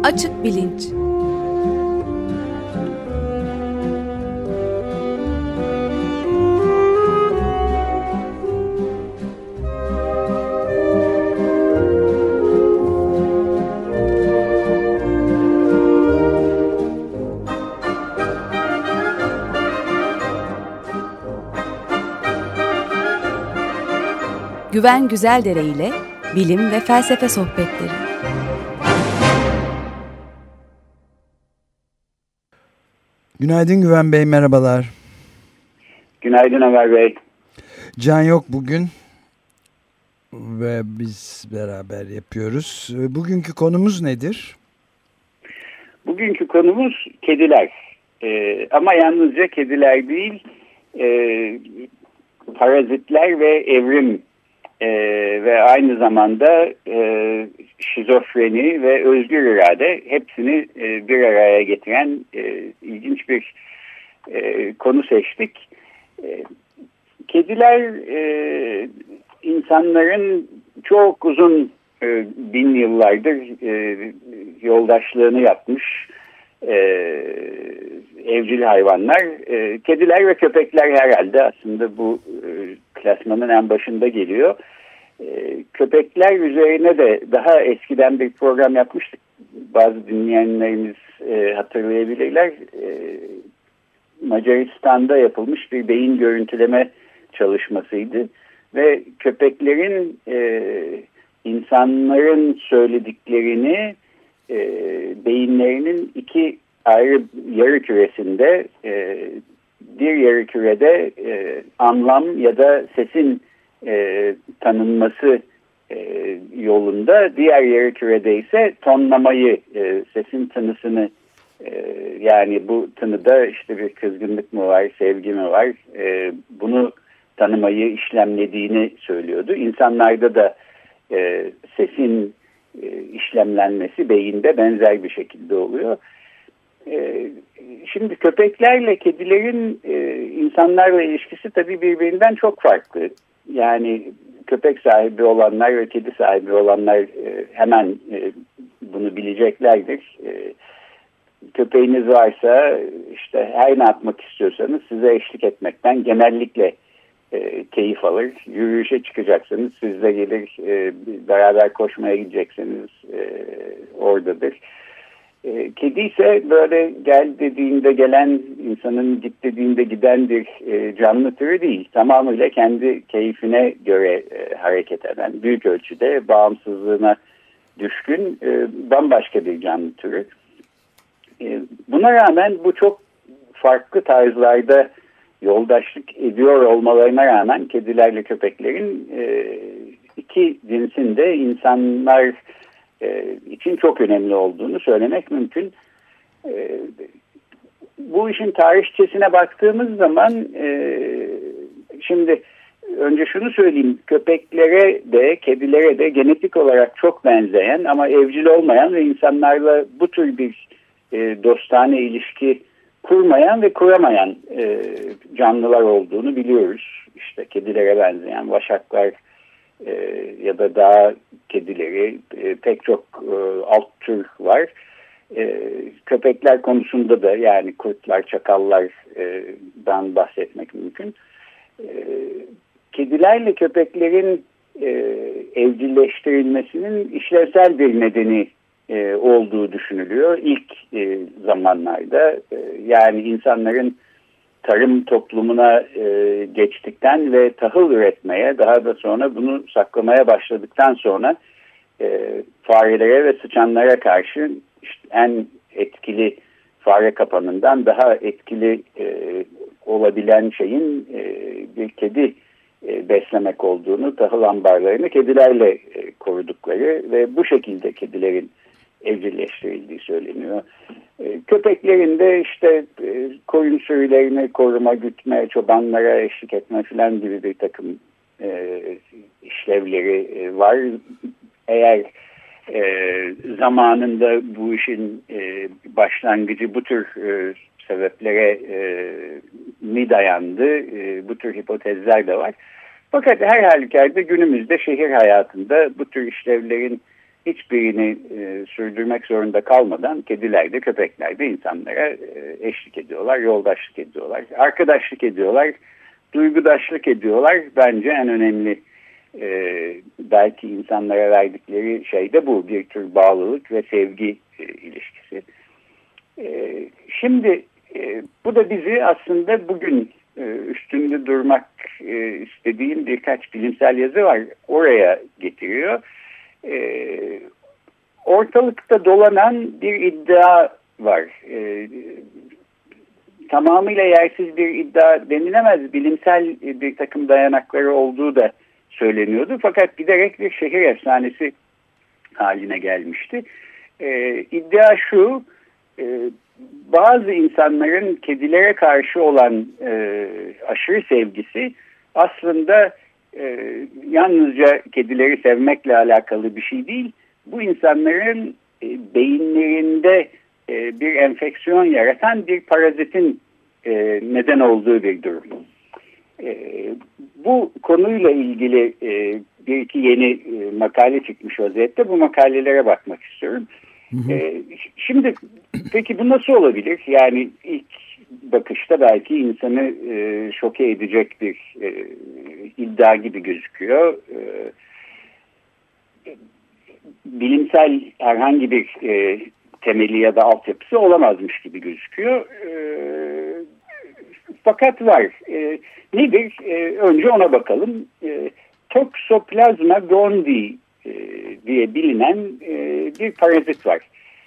Açık bilinç. Güven Güzeldere ile bilim ve felsefe sohbetleri. Günaydın Güven Bey, merhabalar. Günaydın Ömer Bey. Can yok bugün ve biz beraber yapıyoruz. Bugünkü konumuz nedir? Bugünkü konumuz kediler. Ama yalnızca kediler değil, parazitler ve evrim ve aynı zamanda şizofreni ve özgür irade, hepsini bir araya getiren ilginç bir konu seçtik. Kediler insanların çok uzun bin yıllardır yoldaşlığını yapmış evcil hayvanlar. Kediler ve köpekler herhalde aslında bu klasmanın en başında geliyor. Köpekler üzerine de daha eskiden bir program yapmıştık. Bazı dinleyenlerimiz hatırlayabilirler. Macaristan'da yapılmış bir beyin görüntüleme çalışmasıydı. Ve köpeklerin insanların söylediklerini beyinlerinin iki ayrı yarı küresinde, bir yarı kürede anlam ya da sesin tanınması yolunda, diğer yarı kürede ise tonlamayı, sesin tınısını, yani bu tınıda işte bir kızgınlık mı var, sevgi mi var, bunu tanımayı işlemlediğini söylüyordu. İnsanlarda da sesin işlemlenmesi beyinde benzer bir şekilde oluyor. Şimdi köpeklerle kedilerin insanlarla ilişkisi tabii birbirinden çok farklı. Yani köpek sahibi olanlar ve kedi sahibi olanlar hemen bunu bileceklerdir. Köpeğiniz varsa işte her ne yapmak istiyorsanız size eşlik etmekten genellikle keyif alır. Yürüyüşe çıkacaksanız sizle gelir, beraber koşmaya gidecekseniz oradadır. Kedi ise böyle gel dediğinde gelen, insanın git dediğinde giden bir canlı türü değil. Tamamıyla kendi keyfine göre hareket eden, büyük ölçüde bağımsızlığına düşkün bambaşka bir canlı türü. Buna rağmen bu çok farklı tarzlarda yoldaşlık ediyor olmalarına rağmen kedilerle köpeklerin iki cinsin de insanlar için çok önemli olduğunu söylemek mümkün. Bu işin tarihçesine baktığımız zaman şimdi önce şunu söyleyeyim, köpeklere de kedilere de genetik olarak çok benzeyen ama evcil olmayan ve insanlarla bu tür bir dostane ilişki kurmayan ve kuramayan canlılar olduğunu biliyoruz. İşte kedilere benzeyen vaşaklar ya da dağ kedileri, pek çok alt tür var. Köpekler konusunda da yani kurtlar, çakallardan bahsetmek mümkün. Kedilerle köpeklerin evcilleştirilmesinin işlevsel bir nedeni olduğu düşünülüyor. İlk zamanlarda yani insanların tarım toplumuna geçtikten ve tahıl üretmeye, daha da sonra bunu saklamaya başladıktan sonra farelere ve sıçanlara karşı işte en etkili fare kapanından daha etkili olabilen şeyin bir kedi beslemek olduğunu, tahıl ambarlarını kedilerle korudukları ve bu şekilde kedilerin evcilleştirildiği söyleniyor. Köpeklerin de işte koyun sürülerini koruma, gütme, çobanlara eşlik etme falan gibi bir takım işlevleri var. Eğer zamanında bu işin başlangıcı bu tür sebeplere mi dayandı, bu tür hipotezler de var. Fakat her halükarda günümüzde şehir hayatında bu tür işlevlerin hiçbirini sürdürmek zorunda kalmadan kediler de köpekler de insanlara eşlik ediyorlar, yoldaşlık ediyorlar, arkadaşlık ediyorlar, duygudaşlık ediyorlar. Bence en önemli belki insanlara verdikleri şey de bu, bir tür bağlılık ve sevgi ilişkisi. Şimdi bu da bizi aslında bugün üstünde durmak istediğim birkaç bilimsel yazı var, oraya getiriyor. Ortalıkta dolanan bir iddia var. Tamamıyla yersiz bir iddia denilemez. Bilimsel bir takım dayanakları olduğu da söyleniyordu. Fakat giderek bir şehir efsanesi haline gelmişti. İddia şu, bazı insanların kedilere karşı olan aşırı sevgisi aslında yalnızca kedileri sevmekle alakalı bir şey değil. Bu insanların beyinlerinde bir enfeksiyon yaratan bir parazitin neden olduğu bir durum. Bu konuyla ilgili bir iki yeni makale çıkmış vaziyette. Bu makalelere bakmak istiyorum. Şimdi peki bu nasıl olabilir? Yani ilk bakışta belki insanı şoke edecek bir iddia gibi gözüküyor. Bilimsel herhangi bir temeli ya da altyapısı olamazmış gibi gözüküyor. Fakat var. Nedir? Önce ona bakalım. Toxoplasma gondii diye bilinen bir parazit var.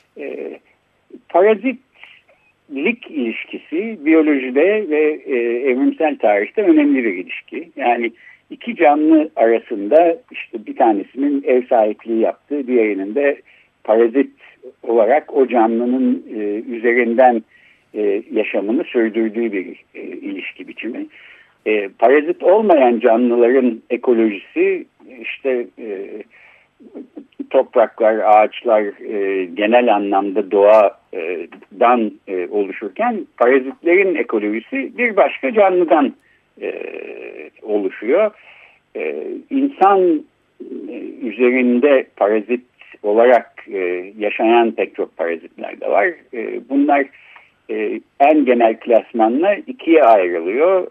Parazitlik ilişkisi biyolojide ve evrimsel tarihte önemli bir ilişki. Yani iki canlı arasında işte bir tanesinin ev sahipliği yaptığı, diğerinin de parazit olarak o canlının üzerinden yaşamını sürdürdüğü bir ilişki biçimi. Parazit olmayan canlıların ekolojisi işte topraklar, ağaçlar genel anlamda doğadan oluşurken parazitlerin ekolojisi bir başka canlıdan oluşuyor. İnsan üzerinde parazit olarak yaşayan pek çok parazitler de var. Bunlar en genel klasmanla ikiye ayrılıyor.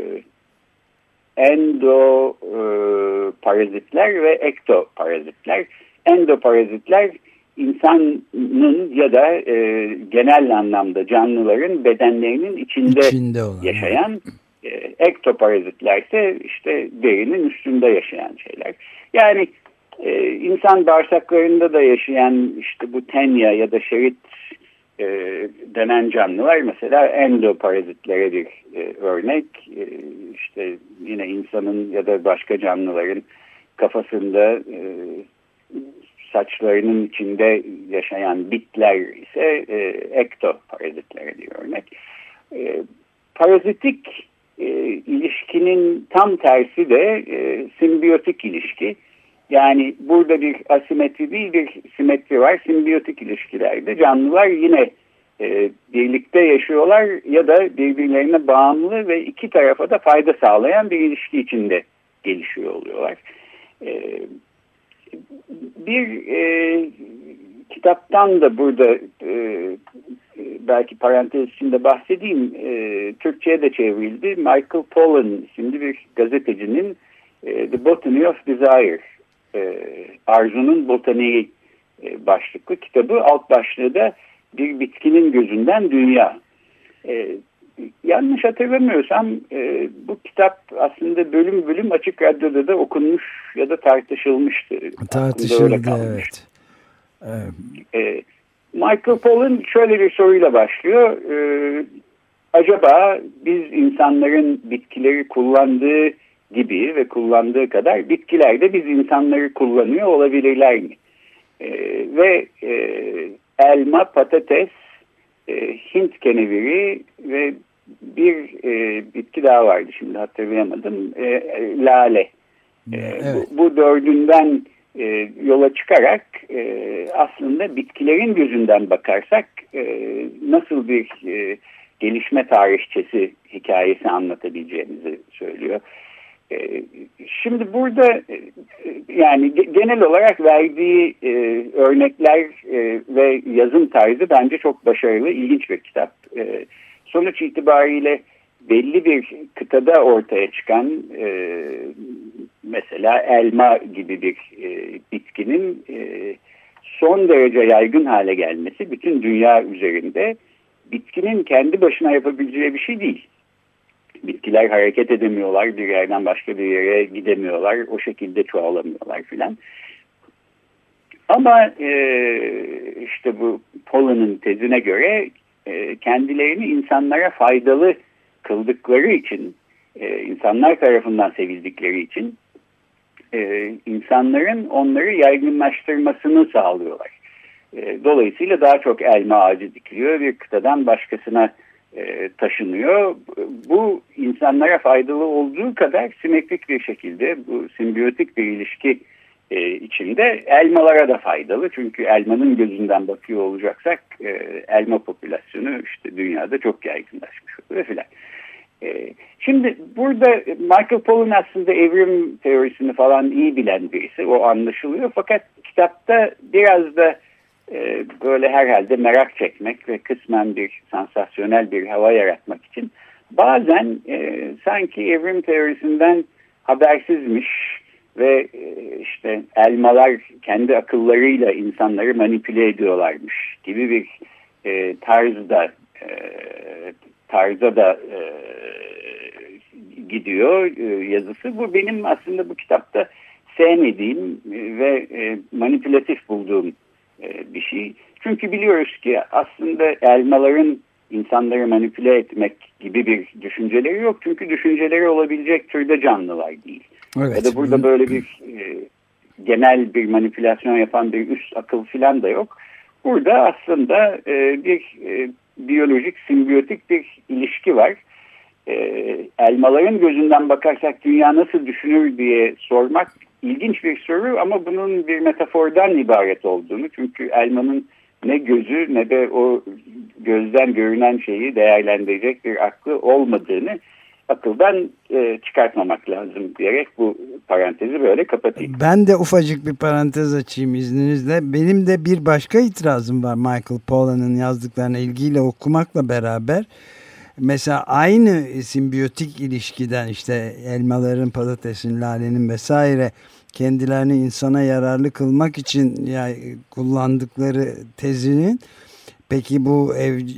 Endoparazitler ve ektoparazitler. Endoparazitler insanın ya da genel anlamda canlıların bedenlerinin içinde yaşayan, ektoparazitler ise işte derinin üstünde yaşayan şeyler. Yani insan bağırsaklarında da yaşayan işte bu tenya ya da şerit denen canlılar mesela endoparazitlere bir örnek. İşte yine insanın ya da başka canlıların kafasında saçlarının içinde yaşayan bitler ise ektoparazitlere bir örnek. Parazitik ilişkinin tam tersi de simbiyotik ilişki. Yani burada bir asimetri değil, bir simetri var. Simbiyotik ilişkilerde canlılar yine birlikte yaşıyorlar ya da birbirlerine bağımlı ve iki tarafa da fayda sağlayan bir ilişki içinde gelişiyor oluyorlar. Bir kitaptan da burada belki parantez içinde bahsedeyim. Türkçe'ye de çevrildi. Michael Pollan isimli bir gazetecinin The Botany of Desire, Arzunun Botaniği başlıklı kitabı. Alt başlığı da Bir Bitkinin Gözünden Dünya. Yanlış hatırlamıyorsam bu kitap aslında bölüm bölüm Açık Radyo'da da okunmuş ya da tartışılmıştı. Tartışıldı, evet. Michael Pollan şöyle bir soruyla başlıyor. Acaba biz insanların bitkileri kullandığı gibi ve kullandığı kadar bitkiler de biz insanları kullanıyor olabilirler mi? Ve elma, patates, Hint keneviri ve bir bitki daha vardı, şimdi hatırlayamadım, lale. Evet. Bu dördünden yola çıkarak aslında bitkilerin gözünden bakarsak nasıl bir gelişme tarihçesi hikayesi anlatabileceğimizi söylüyor. Şimdi burada yani genel olarak verdiği örnekler ve yazım tarzı bence çok başarılı, ilginç bir kitap. Sonuç itibariyle belli bir kıtada ortaya çıkan mesela elma gibi bir bitkinin son derece yaygın hale gelmesi bütün dünya üzerinde bitkinin kendi başına yapabileceği bir şey değil. Bitkiler hareket edemiyorlar, bir yerden başka bir yere gidemiyorlar, o şekilde çoğalamıyorlar filan. Ama işte bu Pollan'ın tezine göre kendilerini insanlara faydalı kıldıkları için, insanlar tarafından sevildikleri için insanların onları yaygınlaştırmasını sağlıyorlar. Dolayısıyla daha çok elma ağacı dikiliyor, bir kıtadan başkasına taşınıyor. Bu insanlara faydalı olduğu kadar simetrik bir şekilde bu simbiyotik bir ilişki içinde elmalara da faydalı. Çünkü elmanın gözünden bakıyor olacaksak elma popülasyonu işte dünyada çok yaygınlaşmış oluyor filan. Şimdi burada Michael Pollan aslında evrim teorisini falan iyi bilen birisi. O anlaşılıyor. Fakat kitapta biraz da böyle herhalde merak çekmek ve kısmen bir sansasyonel bir hava yaratmak için bazen sanki evrim teorisinden habersizmiş ve işte elmalar kendi akıllarıyla insanları manipüle ediyorlarmış gibi bir tarza da gidiyor yazısı. Bu benim aslında bu kitapta sevmediğim ve manipülatif bulduğum bir şey. Çünkü biliyoruz ki aslında elmaların insanları manipüle etmek gibi bir düşünceleri yok. Çünkü düşünceleri olabilecek türde canlılar değil. Evet. Ya da burada böyle bir genel bir manipülasyon yapan bir üst akıl falan da yok. Burada aslında bir biyolojik, simbiyotik bir ilişki var. Elmaların gözünden bakarsak dünya nasıl düşünür diye sormak ilginç bir soru ama bunun bir metafordan ibaret olduğunu, çünkü elmanın ne gözü ne de o gözden görünen şeyi değerlendirecek bir aklı olmadığını akıldan çıkartmamak lazım diyerek bu parantezi böyle kapatayım. Ben de ufacık bir parantez açayım izninizle. Benim de bir başka itirazım var Michael Pollan'ın yazdıklarına ilgiyle okumakla beraber. Mesela aynı simbiyotik ilişkiden işte elmaların, patatesin, lalenin vesaire kendilerini insana yararlı kılmak için yani kullandıkları tezinin peki bu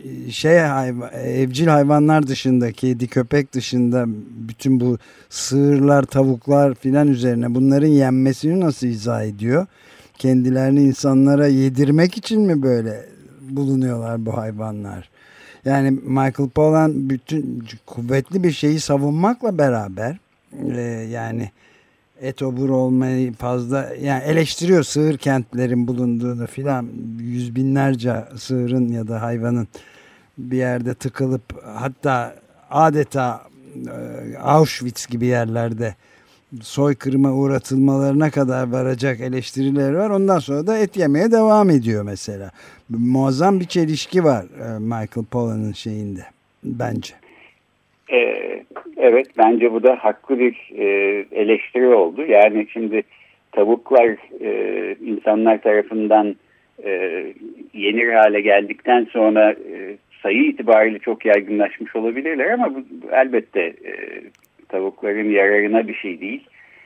evcil hayvanlar dışında, kedi, köpek dışında bütün bu sığırlar, tavuklar filan üzerine bunların yenmesini nasıl izah ediyor? Kendilerini insanlara yedirmek için mi böyle bulunuyorlar bu hayvanlar? Yani Michael Pollan bütün kuvvetli bir şeyi savunmakla beraber yani etobur olmayı fazla yani eleştiriyor, sığır kentlerin bulunduğunu filan, yüz binlerce sığırın ya da hayvanın bir yerde tıkılıp hatta adeta Auschwitz gibi yerlerde soykırıma uğratılmalarına kadar varacak eleştirileri var. Ondan sonra da et yemeye devam ediyor mesela. Muazzam bir çelişki var Michael Pollan'ın şeyinde bence. Evet, bence bu da haklı bir eleştiri oldu. Yani şimdi tavuklar insanlar tarafından yenir hale geldikten sonra sayı itibariyle çok yaygınlaşmış olabilirler ama bu elbette tavukların yararına bir şey değil.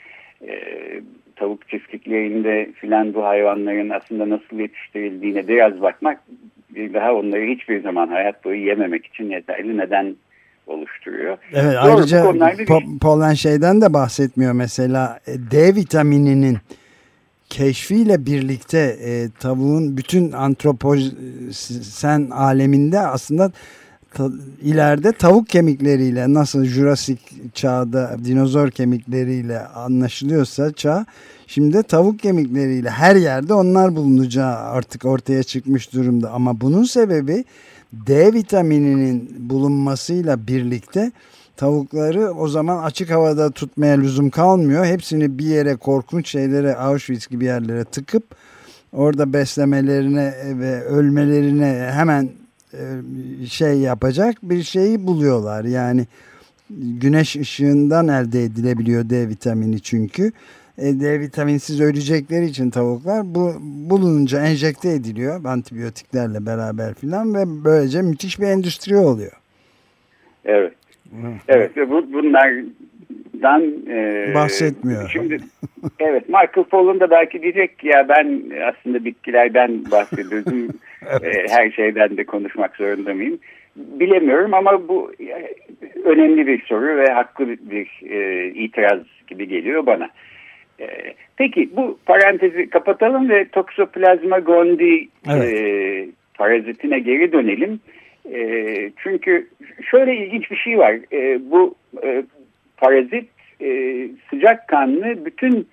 Tavuk çiftliklerinde filan bu hayvanların aslında nasıl yetiştirildiğine biraz bakmak, bir daha onları hiçbir zaman hayat boyu yememek için yeterli neden oluşturuyor. Evet, doğru, ayrıca Pollan şeyden de bahsetmiyor mesela D vitamininin keşfiyle birlikte tavuğun bütün antroposen aleminde aslında ileride tavuk kemikleriyle nasıl Jurassic çağda dinozor kemikleriyle anlaşılıyorsa şimdi tavuk kemikleriyle her yerde onlar bulunacağı artık ortaya çıkmış durumda. Ama bunun sebebi D vitamininin bulunmasıyla birlikte tavukları o zaman açık havada tutmaya lüzum kalmıyor. Hepsini bir yere, korkunç şeylere, Auschwitz gibi yerlere tıkıp orada beslemelerine ve ölmelerine hemen yapacak bir şeyi buluyorlar. Yani güneş ışığından elde edilebiliyor D vitamini çünkü. D vitaminsiz ölecekleri için tavuklar bu bulununca enjekte ediliyor antibiyotiklerle beraber filan ve böylece müthiş bir endüstri oluyor. Evet. Evet ve bunlardan bahsetmiyor. Şimdi evet, Michael Pollan da belki diyecek ki ya ben aslında bitkilerden bahsediyordum. Evet. Her şeyden de konuşmak zorunda mıyım? Bilemiyorum ama bu önemli bir soru ve haklı bir itiraz gibi geliyor bana. Peki bu parantezi kapatalım ve Toxoplasma gondii parazitine geri dönelim. Çünkü şöyle ilginç bir şey var. Bu parazit sıcakkanlı bütün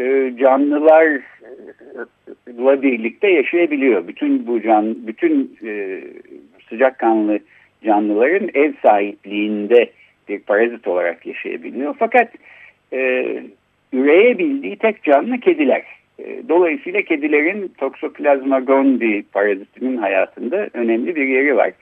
canlılarla birlikte yaşayabiliyor. Bütün sıcakkanlı canlıların ev sahipliğinde bir parazit olarak yaşayabiliyor. Fakat üreyebildiği tek canlı kediler. Dolayısıyla kedilerin Toxoplasma gondii parazitinin hayatında önemli bir yeri var.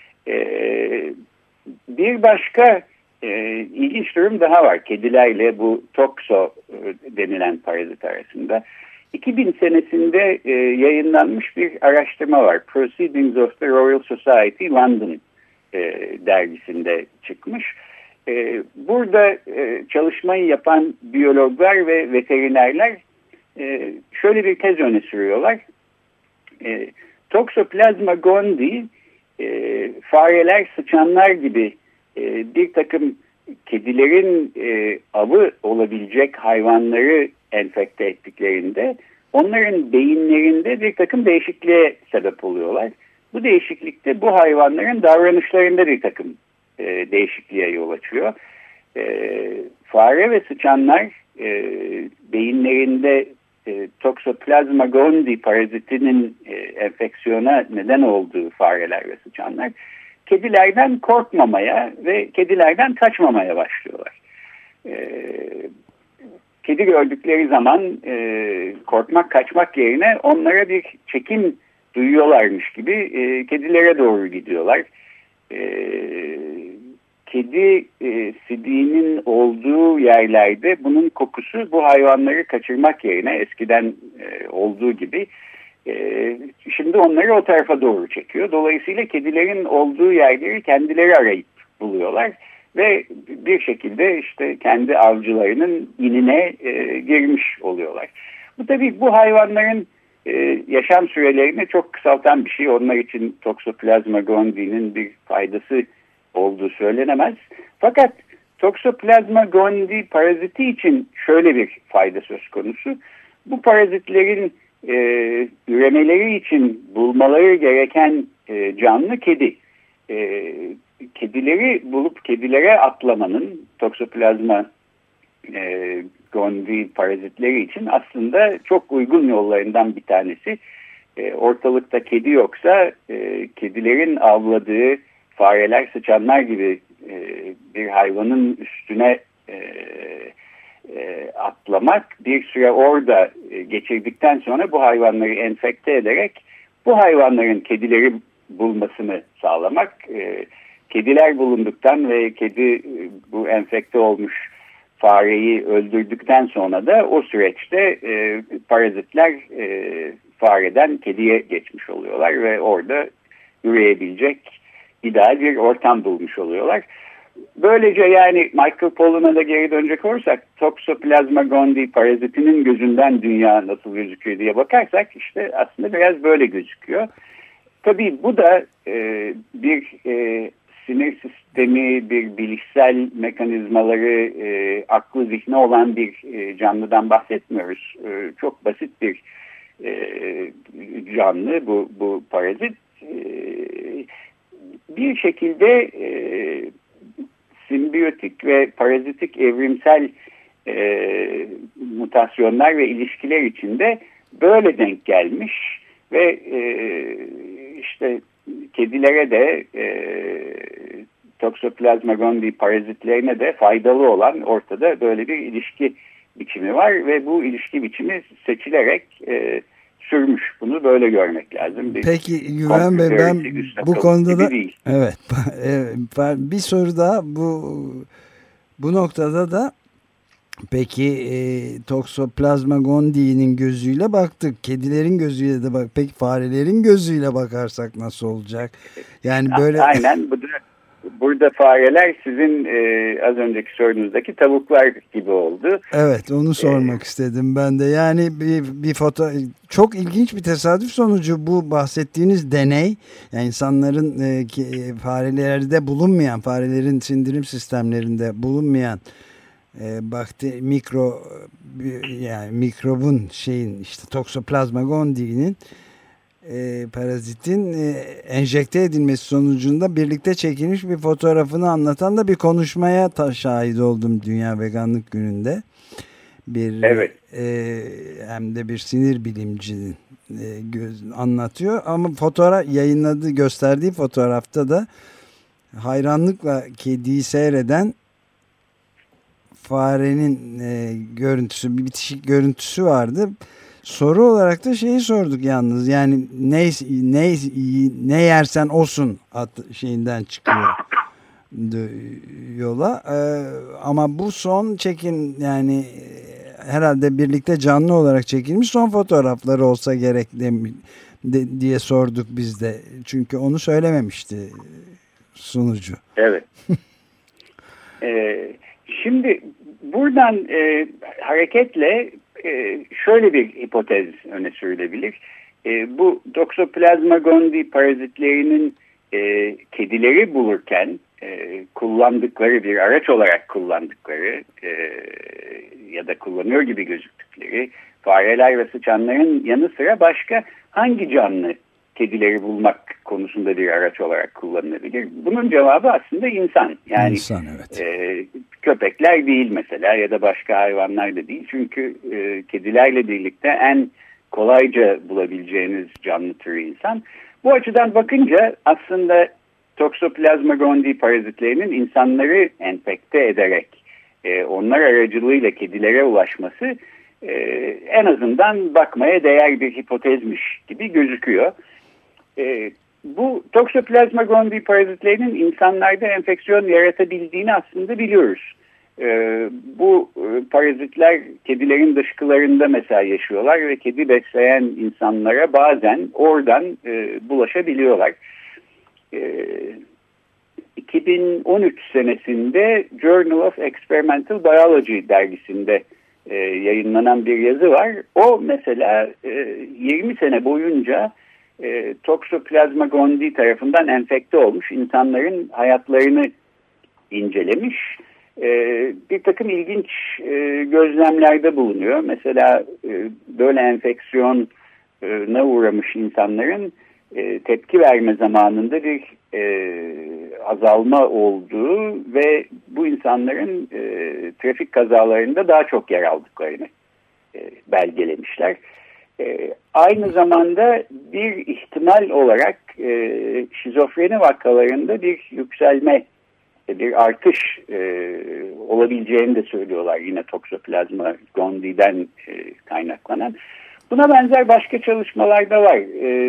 Bir başka ilginç durum daha var kedilerle bu toxo denilen parazit arasında. 2000 senesinde yayınlanmış bir araştırma var. Proceedings of the Royal Society London dergisinde çıkmış. Burada çalışmayı yapan biyologlar ve veterinerler şöyle bir tez öne sürüyorlar. Toxoplasma gondii fareler, sıçanlar gibi bir takım kedilerin avı olabilecek hayvanları enfekte ettiklerinde onların beyinlerinde bir takım değişikliğe sebep oluyorlar. Bu değişiklikte bu hayvanların davranışlarında bir takım değişikliğe yol açıyor. Fare ve sıçanlar beyinlerinde Toxoplasma gondii parazitinin enfeksiyona neden olduğu fareler ve sıçanlar kedilerden korkmamaya ve kedilerden kaçmamaya başlıyorlar. Kedi gördükleri zaman korkmak, kaçmak yerine onlara bir çekim duyuyorlarmış gibi kedilere doğru gidiyorlar. Kedi sidiğinin olduğu yerlerde bunun kokusu bu hayvanları kaçırmak yerine eskiden olduğu gibi şimdi onları o tarafa doğru çekiyor. Dolayısıyla kedilerin olduğu yerleri kendileri arayıp buluyorlar ve bir şekilde işte kendi avcılarının inine girmiş oluyorlar. Bu tabii bu hayvanların yaşam sürelerini çok kısaltan bir şey. Onlar için Toxoplasma gondii'nin bir faydası olduğu söylenemez. Fakat Toxoplasma gondii paraziti için şöyle bir fayda söz konusu. Bu parazitlerin üremeleri için bulmaları gereken canlı kedi. Kedileri bulup kedilere atlamanın Toxoplasma gondii parazitleri için aslında çok uygun yollarından bir tanesi. Ortalıkta kedi yoksa kedilerin avladığı fareler, sıçanlar gibi bir hayvanın üstüne atlamak, bir süre orada geçirdikten sonra bu hayvanları enfekte ederek bu hayvanların kedileri bulmasını sağlamak. Kediler bulunduktan ve kedi bu enfekte olmuş fareyi öldürdükten sonra da o süreçte parazitler fareden kediye geçmiş oluyorlar ve orada üreyebilecek ideal bir ortam bulmuş oluyorlar. Böylece yani Michael Pollan'a da geri dönecek olursak Toxoplasma gondii parazitinin gözünden dünya nasıl gözüküyor diye bakarsak işte aslında biraz böyle gözüküyor. Tabii bu da bir sinir sistemi, bir bilişsel mekanizmaları, aklı zihni olan bir canlıdan bahsetmiyoruz. Çok basit bir canlı bu parazit. Bir şekilde simbiyotik ve parazitik evrimsel mutasyonlar ve ilişkiler içinde böyle denk gelmiş ve işte kedilere de Toxoplasma gondii parazitlerine de faydalı olan ortada böyle bir ilişki biçimi var ve bu ilişki biçimi seçilerek sürmüş. Bunu böyle görmek lazım. Peki Güven Bey, ben bu konuda da evet bir soru daha bu noktada da peki Toxoplasma gondi'nin gözüyle baktık. Kedilerin gözüyle de bak. Peki farelerin gözüyle bakarsak nasıl olacak? Yani böyle aynen burada fareler sizin az önceki sorunuzdaki tavuklar gibi oldu. Evet, onu sormak istedim ben de. Yani bir foto, çok ilginç bir tesadüf sonucu bu bahsettiğiniz deney. Yani insanların farelerde bulunmayan, farelerin sindirim sistemlerinde bulunmayan yani mikrobun işte Toxoplasma gondi'nin parazitin enjekte edilmesi sonucunda birlikte çekilmiş bir fotoğrafını anlatan da bir konuşmaya şahit oldum Dünya Veganlık Günü'nde. Evet. Hem de bir sinir bilimcinin anlatıyor ama gösterdiği fotoğrafta da hayranlıkla kediyi seyreden farenin bir bitişik görüntüsü vardı. Soru olarak da şeyi sorduk yalnız. Yani ne yersen olsun şeyinden çıkıyor yola. Ama bu son yani herhalde birlikte canlı olarak çekilmiş son fotoğrafları olsa gerek diye sorduk biz de. Çünkü onu söylememişti sunucu. Evet. Şimdi buradan hareketle şöyle bir hipotez öne sürülebilir. Bu Toxoplasma gondii parazitlerinin kedileri bulurken kullandıkları bir araç olarak kullandıkları ya da kullanıyor gibi gözüktükleri fareler ve sıçanların yanı sıra başka hangi canlı kedileri bulmak konusunda bir araç olarak kullanılabilir? Bunun cevabı aslında insan. Yani İnsan, evet. Köpekler değil mesela ya da başka hayvanlar da değil. Çünkü kedilerle birlikte en kolayca bulabileceğiniz canlı türü insan. Bu açıdan bakınca aslında Toxoplasma gondii parazitlerinin insanları enfekte ederek onlar aracılığıyla kedilere ulaşması en azından bakmaya değer bir hipotezmiş gibi gözüküyor. Bu Toxoplasma gondii parazitlerinin insanlarda enfeksiyon yaratabildiğini aslında biliyoruz. Bu parazitler kedilerin dışkılarında mesela yaşıyorlar ve kedi besleyen insanlara bazen oradan bulaşabiliyorlar. 2013 senesinde Journal of Experimental Biology dergisinde yayınlanan bir yazı var. O mesela 20 sene boyunca Toxoplasma gondii tarafından enfekte olmuş insanların hayatlarını incelemiş. Bir takım ilginç gözlemlerde bulunuyor. Mesela böyle enfeksiyona uğramış insanların tepki verme zamanında bir azalma olduğu ve bu insanların trafik kazalarında daha çok yer aldıklarını belgelemişler. Aynı zamanda bir ihtimal olarak şizofreni vakalarında bir yükselme, bir artış olabileceğini de söylüyorlar yine Toxoplasma gondi'den kaynaklanan. Buna benzer başka çalışmalar da var.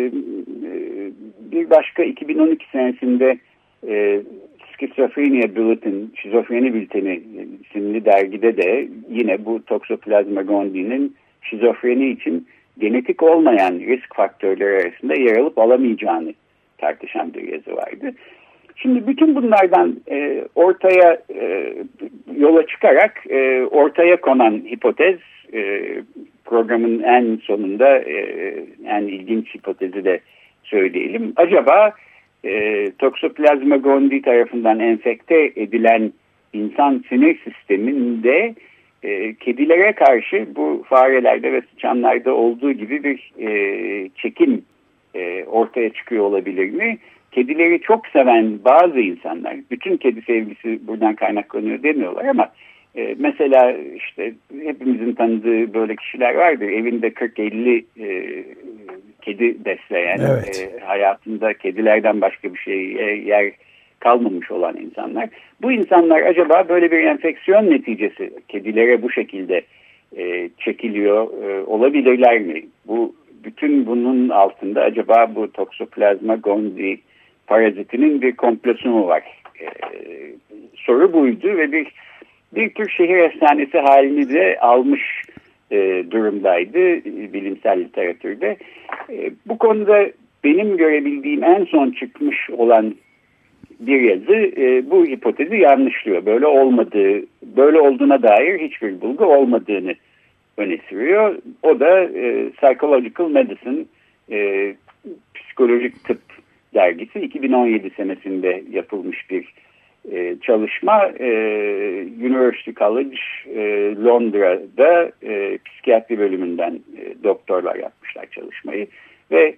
Bir başka 2012 senesinde Schizophrenia Bulletin, Şizofreni Bülteni isimli dergide de yine bu Toxoplasma gondi'nin şizofreni için genetik olmayan risk faktörleri arasında yer alıp alamayacağını tartışan bir yazı vardı. Şimdi bütün bunlardan ortaya yola çıkarak ortaya konan hipotez, programın en sonunda en ilginç hipotezi de söyleyelim. Acaba Toxoplasma gondii tarafından enfekte edilen insan sinir sisteminde kedilere karşı bu farelerde ve sıçanlarda olduğu gibi bir çekim ortaya çıkıyor olabilir mi? Kedileri çok seven bazı insanlar, bütün kedi sevgisi buradan kaynaklanıyor demiyorlar ama mesela işte hepimizin tanıdığı böyle kişiler vardır. Evinde 40-50 kedi besleyen, evet. Hayatında kedilerden başka bir şeye yer kalmamış olan insanlar. Bu insanlar acaba böyle bir enfeksiyon neticesi kedilere bu şekilde çekiliyor olabilirler mi? Bu bütün bunun altında acaba bu Toxoplasma gondii parazitinin bir komplosu mu var? Soru buydu ve bir tür şehir efsanesi halini de almış durumdaydı bilimsel literatürde. Bu konuda benim görebildiğim en son çıkmış olan bir yazı bu hipotezi yanlışlıyor. Böyle olduğuna dair hiçbir bulgu olmadığını öne sürüyor. O da Psychological Medicine, psikolojik tıp dergisi 2017 senesinde yapılmış bir çalışma. University College Londra'da psikiyatri bölümünden doktorlar yapmışlar çalışmayı ve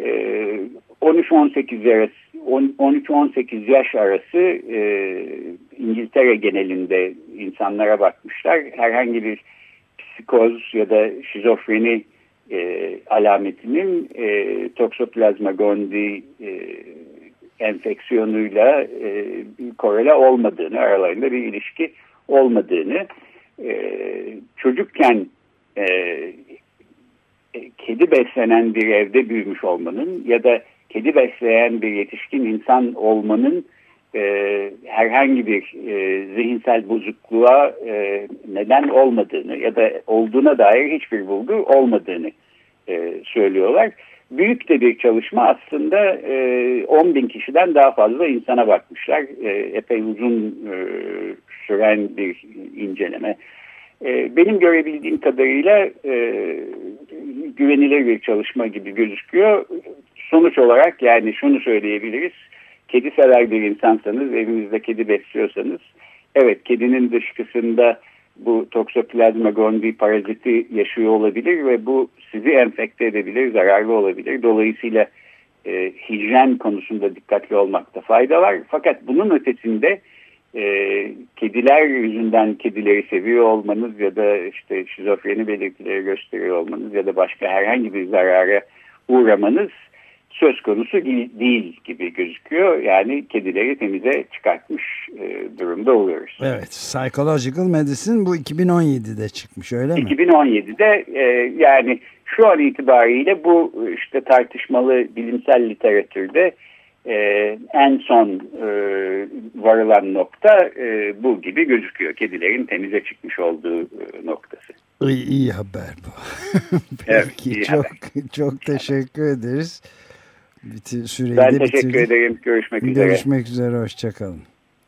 13-18 yaş arası İngiltere genelinde insanlara bakmışlar. Herhangi bir psikoz ya da şizofreni alametinin Toxoplasma gondii enfeksiyonuyla korele olmadığını, aralarında bir ilişki olmadığını, çocukken kedi beslenen bir evde büyümüş olmanın ya da kedi besleyen bir yetişkin insan olmanın herhangi bir zihinsel bozukluğa neden olmadığını ya da olduğuna dair hiçbir bulgu olmadığını söylüyorlar. Büyük de bir çalışma, aslında 10.000 kişiden daha fazla insana bakmışlar. Epey uzun süren bir inceleme. Benim görebildiğim kadarıyla güvenilir bir çalışma gibi gözüküyor. Sonuç olarak yani şunu söyleyebiliriz. Kedi sever bir insansanız, evinizde kedi besliyorsanız, evet, kedinin dışkısında bu Toxoplasma gondii paraziti yaşıyor olabilir ve bu sizi enfekte edebilir, zararlı olabilir. Dolayısıyla hijyen konusunda dikkatli olmakta fayda var. Fakat bunun ötesinde kediler yüzünden kedileri seviyor olmanız ya da işte şizofreni belirtileri gösteriyor olmanız ya da başka herhangi bir zarara uğramanız söz konusu değil gibi gözüküyor. Yani kedileri temize çıkartmış durumda oluyoruz. Evet, Psychological Medicine bu 2017'de çıkmış, öyle mi? 2017'de yani şu an itibariyle bu işte tartışmalı bilimsel literatürde en son varılan nokta bu gibi gözüküyor. Kedilerin temize çıkmış olduğu noktası. İyi haber bu. Peki, evet, çok teşekkür ederiz. Ben teşekkür ederim. Görüşmek üzere. Görüşmek üzere. Hoşçakalın.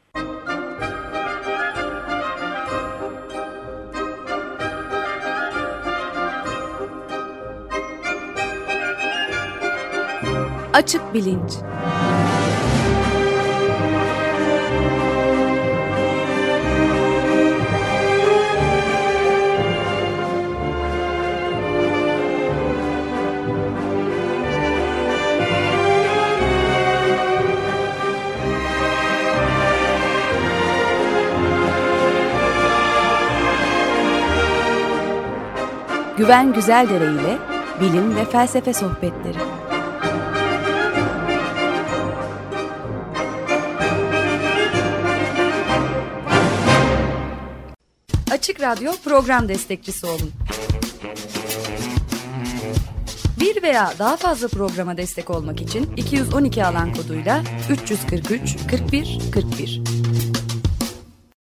Açık Bilinç. Güven Güzeldere ile bilim ve felsefe sohbetleri. Açık Radyo program destekçisi olun. Bir veya daha fazla programa destek olmak için 212 alan koduyla 343 41 41